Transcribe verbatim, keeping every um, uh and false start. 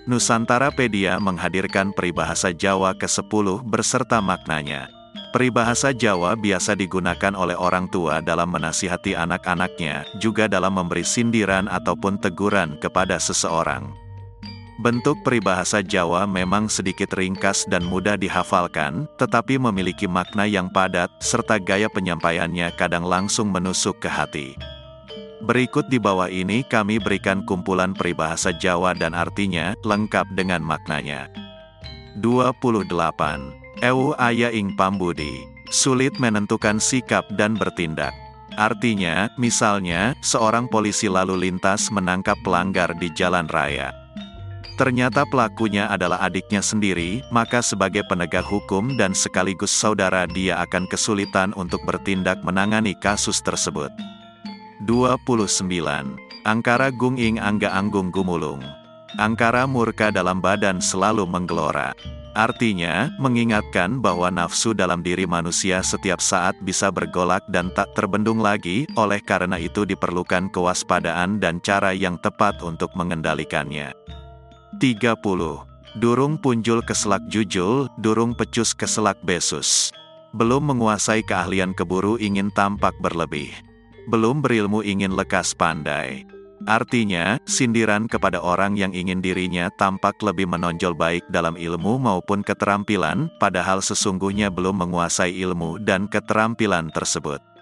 Nusantarapedia menghadirkan peribahasa Jawa kesepuluh berserta maknanya. Peribahasa Jawa biasa digunakan oleh orang tua dalam menasihati anak-anaknya, juga dalam memberi sindiran ataupun teguran kepada seseorang. Bentuk peribahasa Jawa memang sedikit ringkas dan mudah dihafalkan, tetapi memiliki makna yang padat, serta gaya penyampaiannya kadang langsung menusuk ke hati. Berikut di bawah ini kami berikan kumpulan peribahasa Jawa dan artinya, lengkap dengan maknanya. dua puluh delapan. Ewu aya ing pambudi, sulit menentukan sikap dan bertindak. Artinya, misalnya, seorang polisi lalu lintas menangkap pelanggar di jalan raya. Ternyata pelakunya adalah adiknya sendiri, maka sebagai penegak hukum dan sekaligus saudara dia akan kesulitan untuk bertindak menangani kasus tersebut. dua puluh sembilan. Angkara gung ing angga anggung gumulung. Angkara murka dalam badan selalu menggelora. Artinya, mengingatkan bahwa nafsu dalam diri manusia setiap saat bisa bergolak dan tak terbendung lagi, oleh karena itu diperlukan kewaspadaan dan cara yang tepat untuk mengendalikannya. tiga puluh. Durung punjul keselak jujul, durung pecus keselak besus. Belum menguasai keahlian keburu ingin tampak berlebih. Belum berilmu ingin lekas pandai. Artinya, sindiran kepada orang yang ingin dirinya tampak lebih menonjol baik dalam ilmu maupun keterampilan, padahal sesungguhnya belum menguasai ilmu dan keterampilan tersebut.